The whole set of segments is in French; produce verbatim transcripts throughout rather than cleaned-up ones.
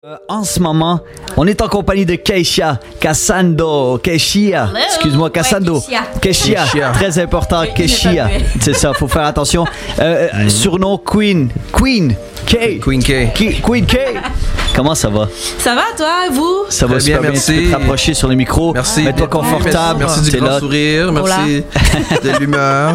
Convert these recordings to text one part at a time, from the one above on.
Euh, en ce moment, on est en compagnie de Keishia Kasando. Keishia, excuse-moi, Kasando. Ouais, Keishia, Keishia. très important, Keishia. C'est ça, faut faire attention. Euh, euh, surnom Queen. Queen. K. Queen K. Ki- Queen K. Comment ça va? Ça va, toi, vous? Ça va Très super bien, bien. Tu merci. peux te rapprocher sur le micro. Merci. Mets-toi confortable. Merci du T'es grand là. sourire. Merci de l'humeur.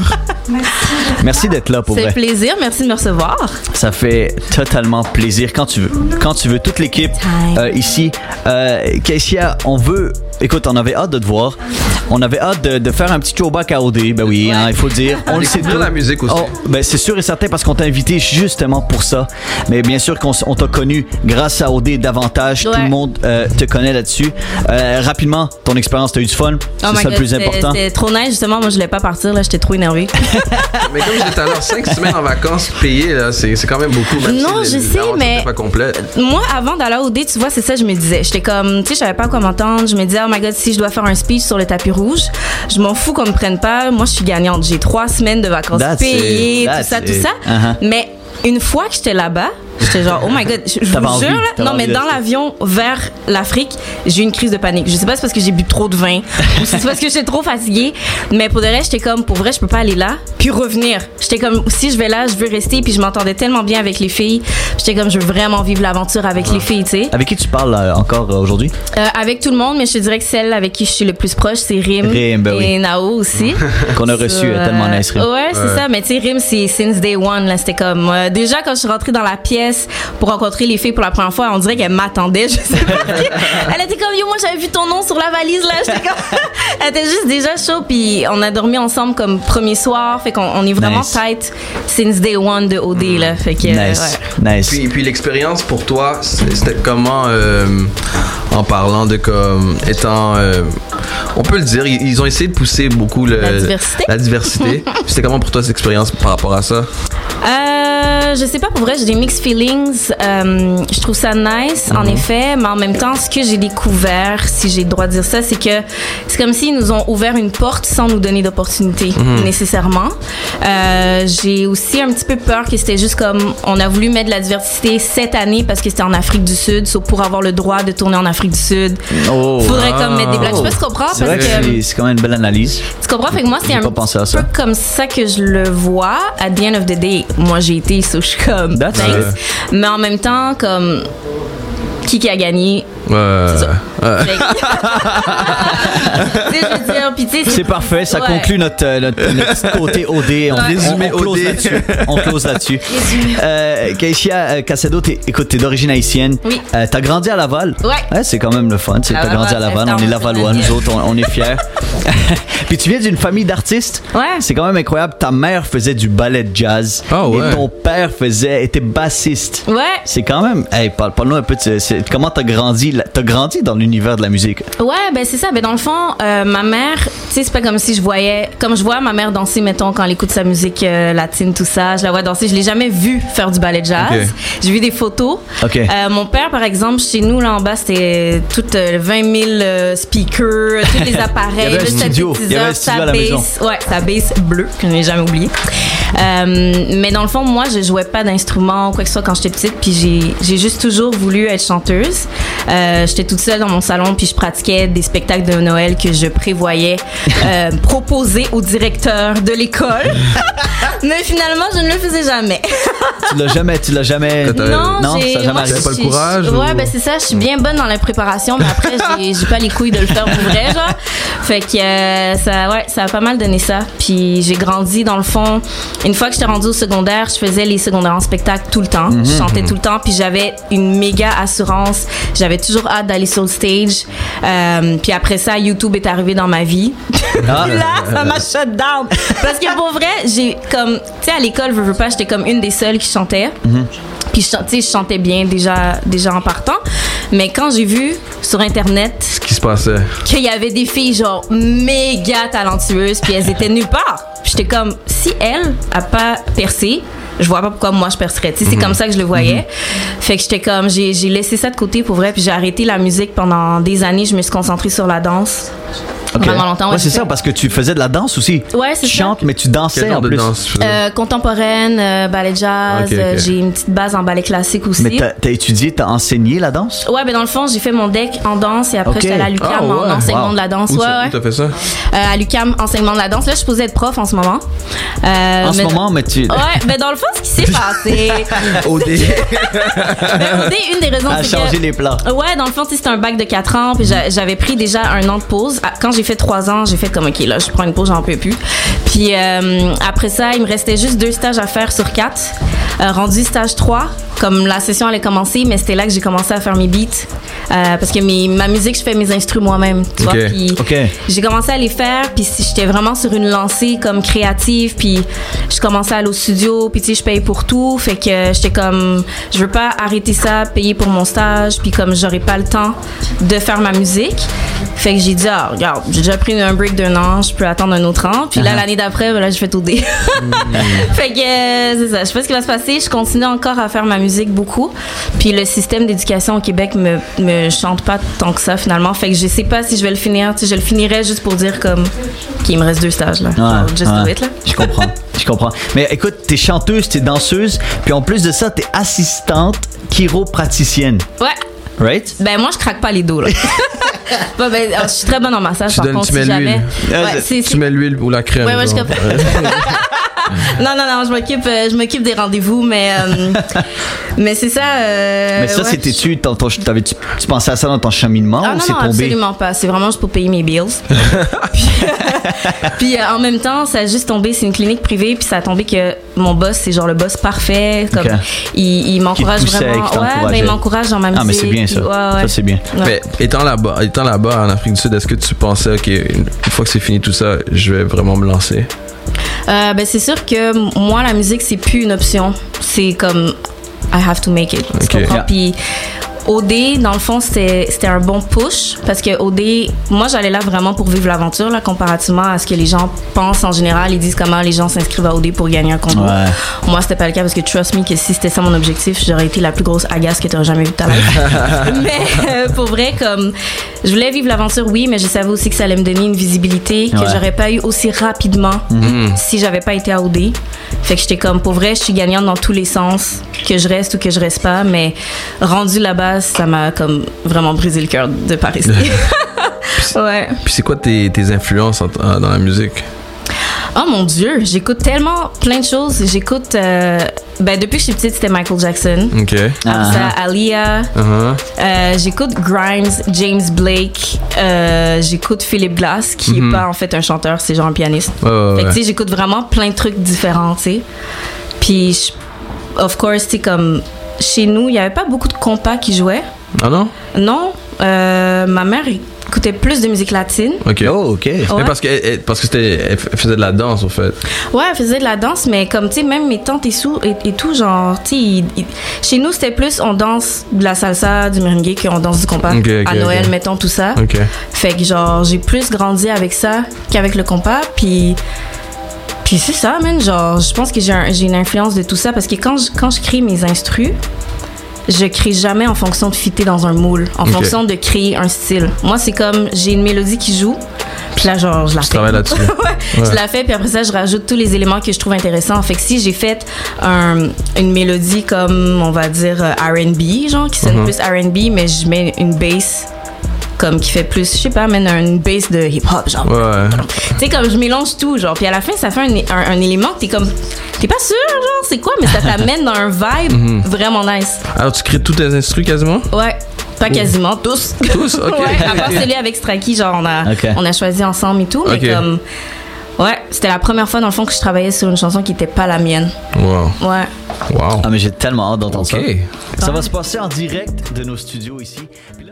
Merci d'être là pour C'est vrai. un plaisir, merci de me recevoir. Ça fait totalement plaisir quand tu veux. Quand tu veux, toute l'équipe euh, ici. Euh, Keishia, on veut. Écoute, on avait hâte de te voir. On avait hâte de, de faire un petit throwback à O D. Ben oui, hein, il faut le dire. On le sait Découvrir tout. la musique aussi. Oh, ben c'est sûr et certain parce qu'on t'a invité justement pour ça. Mais bien sûr qu'on s- on t'a connu grâce à O D davantage. Tout Ouais. le monde euh, te connaît là-dessus. Euh, rapidement, ton expérience, t'as eu du fun. C'est Oh my ça le God, plus c'était- important. C'était trop nice, justement. Moi, je voulais pas partir, là. J'étais trop énervée. Mais comme j'étais alors cinq semaines en vacances payées, là, c'est, c'est quand même beaucoup. Même Non, si je le- sais, l'aventure mais- n'était pas complète. Moi, avant d'aller au D, tu vois, c'est ça, je me disais. J'étais comme, tu sais, je savais pas quoi m'entendre. Je me disais, oh my God, si je dois faire un speech sur le tapis rouge, je m'en fous qu'on me prenne pas. Moi, je suis gagnante. J'ai trois semaines de vacances That's payées, it. tout That's ça, tout it. ça. Uh-huh. Mais une fois que j'étais là-bas, j'étais genre, oh my God, je, je T'avais vous envie, jure, là, t'avais non, mais envie de dans rester. l'avion vers l'Afrique, j'ai eu une crise de panique. Je sais pas si c'est parce que j'ai bu trop de vin ou si c'est parce que j'étais trop fatiguée, mais pour de vrai, j'étais comme, pour vrai, je peux pas aller là, puis revenir. J'étais comme, si je vais là, je veux rester, puis je m'entendais tellement bien avec les filles. J'étais comme, je veux vraiment vivre l'aventure avec les filles, tu sais. Avec qui tu parles euh, encore euh, aujourd'hui? Euh, avec tout le monde, mais je te dirais que celle avec qui je suis le plus proche, c'est Rim, Rim, ben et oui. Nao aussi. Qu'on a reçu euh, tellement nice, Rim. Ouais, c'est Ouais. ça. Mais tu sais, Rim, c'est since day one. Là, c'était comme euh, déjà quand je suis rentrée dans la pièce pour rencontrer les filles pour la première fois, on dirait qu'elle m'attendait. Je sais pas. Elle était comme yo, moi j'avais vu ton nom sur la valise là. J'étais comme, elle était juste déjà chaud. Puis on a dormi ensemble comme premier soir. Fait qu'on on est vraiment Nice. tight since day one de O D là. Fait que euh, Nice, ouais. nice. Puis, puis l'expérience pour toi, c'est- c'était comment, euh, en parlant de comme étant, euh, on peut le dire, ils, ils ont essayé de pousser beaucoup le, La diversité. la diversité. C'était comment pour toi cette expérience par rapport à ça? Euh, je sais pas, pour vrai, j'ai des mixed feelings. Euh, je trouve ça nice, en effet, mais en même temps, ce que j'ai découvert, si j'ai le droit de dire ça, c'est que c'est comme s'ils nous ont ouvert une porte sans nous donner d'opportunité, nécessairement. Euh, j'ai aussi un petit peu peur que c'était juste comme, on a voulu mettre de la diversité cette année parce que c'était en Afrique du Sud, so pour avoir le droit de tourner en Afrique du Sud, Oh, faudrait ah. comme mettre des blagues. Je sais pas si tu comprends, c'est parce vrai que que... c'est- c'est quand même une belle analyse. Tu comprends? Fait que moi, c'est J'ai un pas pensé à petit ça. peu comme ça que je le vois. At the end of the day, moi, j'ai été, so je suis comme... That's thanks. it. Mais en même temps, comme... Qui qui a gagné? Ouais. C'est ça. Ouais. Fait que- Tu sais, je veux dire, puis tu sais... C'est parfait, ça Ouais. conclut notre, euh, notre, notre petit côté O D. On, Ouais. Résumé on, on close O D. là-dessus. On close là-dessus. Euh, Keishia euh, Kasado, t'es, écoute, t'es d'origine haïtienne. Oui. Euh, t'as grandi à Laval. Ouais. C'est quand même le fun. Tu sais, À t'as grandi à Laval, Laval. On est c'est Lavallois, dans nous mon autres, on, on est fiers. Puis tu viens d'une famille d'artistes. Ouais. C'est quand même incroyable. Ta mère faisait du ballet de jazz. Ah ouais. Et ton père faisait, était bassiste. Ouais. C'est quand même. Hey, parle, parle-nous un peu de c'est- c'est- comment t'as grandi. là- T'as grandi dans l'univers de la musique. Ouais, ben c'est ça. Ben dans le fond, euh, ma mère, tu sais, c'est pas comme si je voyais, comme je vois ma mère danser, mettons, quand elle écoute sa musique euh, latine, tout ça. Je la vois danser. Je l'ai jamais vue faire du ballet de jazz. Ok. J'ai vu des photos. Ok. Euh, mon père, par exemple, chez nous là en bas, c'était tout euh, vingt mille euh, speakers, tous les appareils, Il y avait un le studio. Il y avait un synthétiseur, studio sa à la maison. bass, ouais, sa bass bleue que je n'ai jamais oublié. Euh, mais dans le fond, moi, je jouais pas d'instrument ou quoi que ce soit quand j'étais petite, puis j'ai j'ai juste toujours voulu être chanteuse. Euh, j'étais toute seule dans mon salon, puis je pratiquais des spectacles de Noël que je prévoyais euh, proposer au directeur de l'école. Mais finalement, je ne le faisais jamais. Tu l'as jamais. Tu l'as jamais. T'as- Euh, Non, non, j'ai ça a jamais moi, arrivé. je- Pas le je- courage, je- Ouais, ou- ben c'est ça. Je suis bien bonne dans la préparation, mais après, j'ai j'ai pas les couilles de le faire pour vrai, genre. Fait que euh, ça, ouais, ça a pas mal donné ça. Puis j'ai grandi dans le fond. Une fois que j'étais rendue au secondaire, je faisais les secondaires en spectacle tout le temps. Je chantais tout le temps, puis j'avais une méga assurance. J'avais toujours hâte d'aller sur le stage. Euh, puis après ça, YouTube est arrivé dans ma vie. Ah. Puis là, ça m'a shut down. Parce que pour vrai, j'ai comme, tu sais, à l'école, veux, veux pas, j'étais comme une des seules qui chantait. Puis je, chan- tu sais, je chantais bien déjà, déjà en partant. Mais quand j'ai vu sur Internet Ce qui se passait. qu'il y avait des filles genre méga talentueuses, puis elles étaient nulle part. Puis j'étais comme, si elle a pas percé, je vois pas pourquoi moi je percerais. Tu sais, c'est comme ça que je le voyais. Fait que j'étais comme, j'ai, j'ai laissé ça de côté pour vrai, puis j'ai arrêté la musique pendant des années. Je me suis concentrée sur la danse. Okay. Vraiment longtemps. Ouais, Ouais, c'est j'ai ça, parce que tu faisais de la danse aussi. Ouais, c'est tu ça. chantes, mais tu dansais Quel genre en de plus. danse tu faisais? Euh, contemporaine, euh, ballet jazz. Ok, ok. euh, j'ai une petite base en ballet classique aussi. Mais t'as, t'as étudié, t'as enseigné la danse? Ouais, ben dans le fond, j'ai fait mon deck en danse et après, Ok. j'étais allée à l'U Q A M Ah, ouais. en enseignement Wow. de la danse. Où Ouais, ça- ouais. où t'as fait ça? Euh, à l'U Q A M, enseignement de la danse. Là, je suis supposée être prof en ce moment. Euh, En ce mais- moment, mais tu... Ouais, mais dans le fond, ce qui s'est passé. O D. ben, au dé, une des raisons, à c'est changer que. les plans. Ouais, dans le fond, tu sais, c'était un bac de quatre ans, puis j'a- j'avais pris déjà un an de pause. Ah, Quand j'ai fait trois ans, j'ai fait comme, OK, là, je prends une pause, j'en peux plus. Puis euh, après ça, il me restait juste deux stages à faire sur quatre. Euh, rendu stage trois, comme la session allait commencer, mais c'était là que j'ai commencé à faire mes beats. Euh, parce que mes, ma musique, je fais mes instrus moi-même, tu Ok. vois. Puis OK. j'ai commencé à les faire, puis si- j'étais vraiment sur une lancée comme créative, puis je commençais à aller au studio, puis tu sais, je paye pour tout, fait que j'étais comme, je veux pas arrêter ça, payer pour mon stage, puis comme j'aurais pas le temps de faire ma musique, fait que j'ai dit, ah, regarde, j'ai déjà pris un break d'un an, je peux attendre un autre an, puis là, Uh-huh. l'année d'après, ben là, j'ai fait O D. Fait que euh, c'est ça, je sais pas ce qui va se passer, je continue encore à faire ma musique beaucoup, puis le système d'éducation au Québec me, me chante pas tant que ça finalement, fait que je sais pas si je vais le finir, tu sais, je le finirai juste pour dire comme qu'il me reste deux stages là, Genre, just do ouais. it là. Je comprends, je comprends. Mais écoute, t'es chanteuse, t'es danseuse, puis en plus de ça, t'es assistante chiropraticienne, Ouais, right? ben moi je craque pas les dos là. Bon, ben, alors, je suis très bonne en massage Tu par donnes- contre tu si mets jamais. l'huile. Ah, Ouais, c'est- c'est- Tu c'est- mets l'huile ou la crème. Ouais, ouais, je genre. comprends. Non, non, non, je m'occupe, euh, je m'occupe des rendez-vous, mais, euh, mais c'est ça. euh, Mais ça, ouais. c'était-tu, ton, ton- t'avais-tu, tu pensais à ça dans ton cheminement Ah ou non, c'est non, tombé? absolument pas. C'est vraiment juste pour payer mes bills. puis puis, euh, en même temps, ça a juste tombé, c'est une clinique privée, puis ça a tombé que mon boss, c'est genre le boss parfait. Comme, Ok. il, il m'encourage Qui te poussait, vraiment. qui Ouais, t'encourageait. ben, il m'encourage dans ma musique. Ah, mais c'est bien ça. puis- ouais, ouais. Ça, c'est bien. Ouais. Mais étant là-bas, étant là-bas en Afrique du Sud, est-ce que tu pensais, OK, une une fois que c'est fini tout ça, je vais vraiment me lancer? Euh, ben, c'est sûr que m- moi, la musique, c'est plus une option. C'est comme, I have to make it. Tu Ok. comprends? Yeah. Puis, O D, dans le fond, c'était c'était un bon push parce que O D, moi, j'allais là vraiment pour vivre l'aventure, là, comparativement à ce que les gens pensent en général. Ils disent comment les gens s'inscrivent à O D pour gagner un concours. Ouais. Moi, c'était pas le cas parce que trust me que si c'était ça mon objectif, j'aurais été la plus grosse agace que tu aurais jamais vue de ta life. Mais euh, pour vrai, comme je voulais vivre l'aventure, oui, mais je savais aussi que ça allait me donner une visibilité que Ouais. j'aurais pas eu aussi rapidement si j'avais pas été à O D. Fait que j'étais comme, pour vrai, je suis gagnante dans tous les sens, que je reste ou que je reste pas, mais rendu là-bas, ça m'a comme vraiment brisé le cœur de pas rester. Ouais. Puis c'est quoi tes, tes influences en- en- dans la musique? Oh mon Dieu, j'écoute tellement plein de choses. J'écoute, euh, ben depuis que je suis petite, c'était Michael Jackson. OK. Après Ah, ça, Aaliyah. Uh-huh. Euh, j'écoute Grimes, James Blake. Euh, j'écoute Philip Glass, qui Mhm. est pas en fait un chanteur, c'est genre un pianiste. Ouais, ouais, Fait que ouais. tu sais, j'écoute vraiment plein de trucs différents, tu sais. Puis, je- of course, tu sais, comme chez nous, il y avait pas beaucoup de compas qui jouaient. Ah non? Non, euh, ma mère écoutait plus de musique latine. OK. Oh, OK. Ouais. Mais parce que, elle- parce que c'était, elle f- elle faisait de la danse, au fait. Ouais, elle faisait de la danse, mais comme, tu sais, même mes tantes et, sous, et, et tout, genre, tu sais, ils- ils- chez nous, c'était plus, on danse de la salsa, du merengue, qu'on danse du compas. Ok, ok, à Noël, ok. mettons, tout ça. OK. Fait que, genre, j'ai plus grandi avec ça qu'avec le compas, puis... Puis c'est ça, man, genre, je pense que j'ai un- j'ai une influence de tout ça, parce que quand je, quand je crée mes instrus, je crée jamais en fonction de fitter dans un moule, en Ok. fonction de créer un style. Moi, c'est comme, j'ai une mélodie qui joue, puis là, genre, je la Tu fais. travailles là-dessus. Ouais, je la fais, puis après ça, je rajoute tous les éléments que je trouve intéressants. Fait que si j'ai fait un- une mélodie comme, on va dire, euh, R and B, genre, qui sonne Mhm. plus R and B, mais je mets une bass comme qui fait plus, je sais pas, même une bass de hip-hop, genre. Ouais. Tu sais, comme je mélange tout, genre. Puis à la fin, ça fait un, un, un élément que t'es comme, t'es pas sûr, genre, c'est quoi, mais ça t'amène dans un vibe Mhm. vraiment nice. Alors, tu crées tous tes instrus quasiment? Ouais. Pas quasiment, tous. Tous? OK. Ouais, à part celui avec Straki, genre, on a, Ok. on a choisi ensemble et tout, mais Ok. comme. Ouais, c'était la première fois, dans le fond, que je travaillais sur une chanson qui était pas la mienne. Wow. Ouais. Wow. Ah, mais j'ai tellement hâte d'entendre OK. ça. Ça va se passer en direct de nos studios ici. Puis là-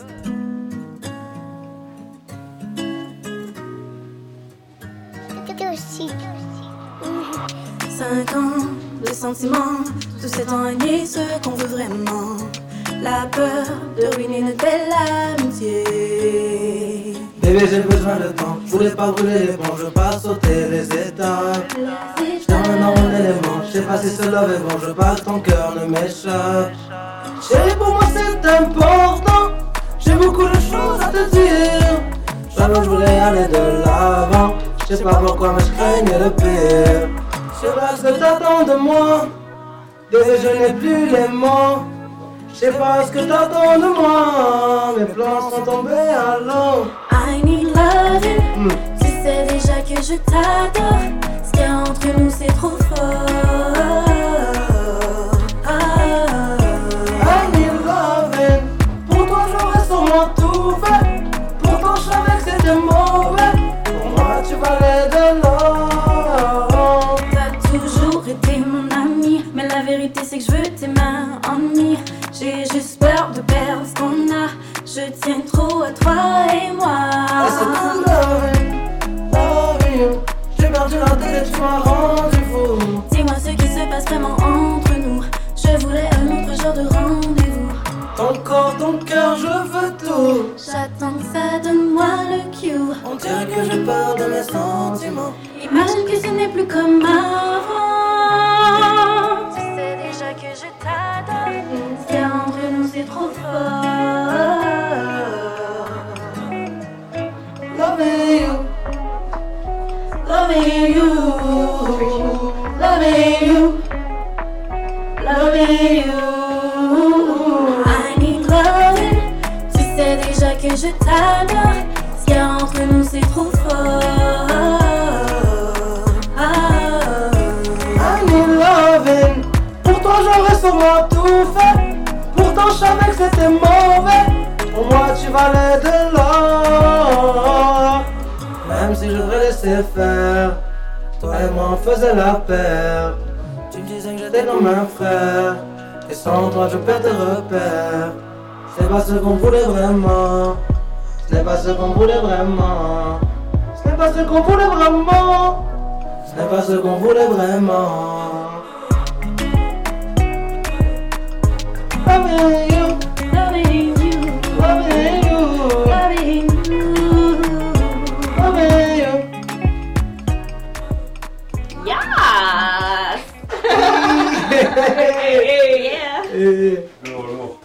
Cinq ans de sentiments, tout s'est enligné, ce qu'on veut vraiment. La peur de ruiner une belle amitié. Bébé, j'ai besoin de temps. Je voulais pas brûler les ponts, je veux pas sauter les étapes. Je termine dans mon élément. Je sais pas si ce love est bon, je veux pas que ton cœur ne m'échappe. Chérie, pour moi c'est important. J'ai beaucoup de choses à te dire. J'avais l'autre, je voulais aller de l'avant. Je sais pas pourquoi, mais je craignais le pire. Je sais pas ce que t'attends de moi. Désolé, je n'ai plus les mots. Je sais pas ce que t'attends de moi. Mes plans sont tombés à l'eau. I need loving. Mm. Tu sais déjà que je t'adore. Ce qu'il y a entre nous c'est trop fort. Ah. I need loving. Pour toi j'aurais sûrement tout fait. Pourtant je savais que c'était mauvais. Pour moi tu valais de l'or. T'as toujours été mon ami, mais la vérité c'est que je veux tes mains en mi. J'ai juste peur de perdre ce qu'on a. Je tiens trop à toi et moi. Et c'est tout loving, loving you. J'ai perdu la tête et tu m'as rendu fou. Dis-moi ce qui se passe vraiment entre nous. Je voulais un autre genre de rendez-vous. Ton corps, ton cœur, je veux tout. J'attends que ça, donne-moi le cue. On dirait que j'ai peur de mes sentiments. Imagine que ce n'est plus comme avant. Tu sais déjà que je t'adore. Ce qu'il y a entre nous c'est trop fort. Loving you, Loving you, loving you, loving you. I need loving. Tu sais déjà que je t'adore. Ce qu'il y a entre nous c'est trop fort. I need loving. Pour toi j'aurais sûrement tout fait. Pourtant je savais que c'était mauvais. Pour moi tu valais de l'or. Même si je devrais laisser faire, toi et moi on faisait la paire. Tu me disais que j'étais comme un frère. Et sans toi je perds tes repères. C'est pas ce qu'on voulait vraiment. Ce n'est pas ce qu'on voulait vraiment. Ce n'est pas ce qu'on voulait vraiment. Ce n'est pas ce qu'on voulait vraiment. Loving you, Loving you, loving you, loving you. loving you. Yes! Yeah! Eh, Non, non.